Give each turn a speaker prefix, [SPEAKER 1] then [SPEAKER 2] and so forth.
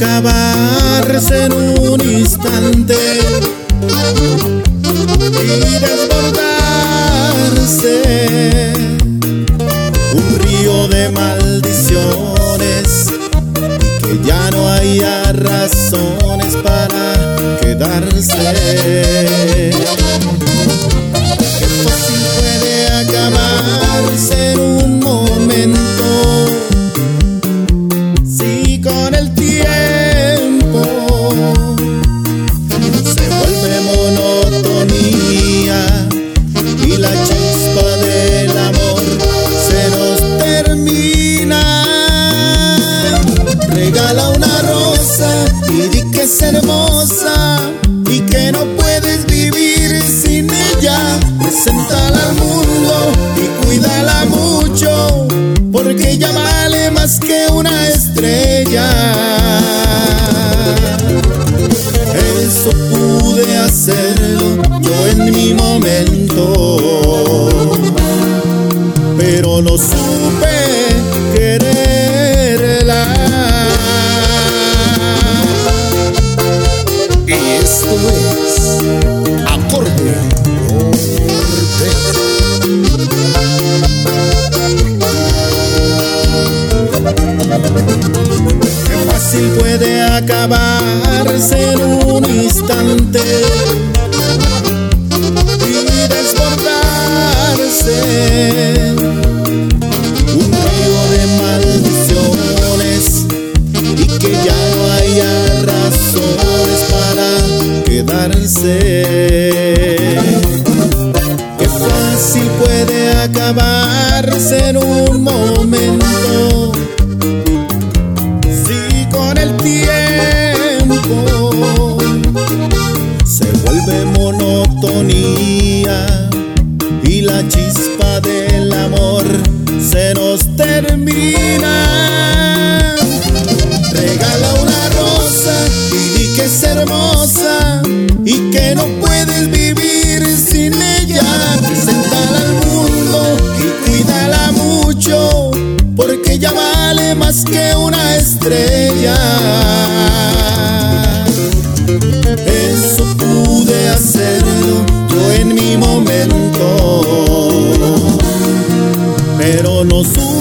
[SPEAKER 1] acabarse en un instante y desbordarse un río de maldiciones, y que ya no haya razones para quedarse. Qué fácil puede acabarse en un momento, si con el tiempo se vuelve monotonía y la chispa del amor se nos termina. Regala una rosa y di que es hermosa y que no puedes vivir sin ella. Preséntala al mundo y cuídala mucho, porque ella vale más que una estrella. Eso pude hacerlo yo en mi momento, pero no supe quererla. Y esto es Acorde Norteño. Qué fácil puede acabarse en un instante y desbordarse un río de maldiciones, y que ya no haya razones para quedarse. Qué fácil puede acabarse en un momento, si con el tiempo se vuelve monotonía y la chispa del amor se nos termina. Regala una rosa y di que es hermosa y que no puedes vivir sin ella. Preséntala al mundo y cuídala mucho, porque ella vale más que una estrella. Eso pude hacerlo yo en mi momento, pero no supe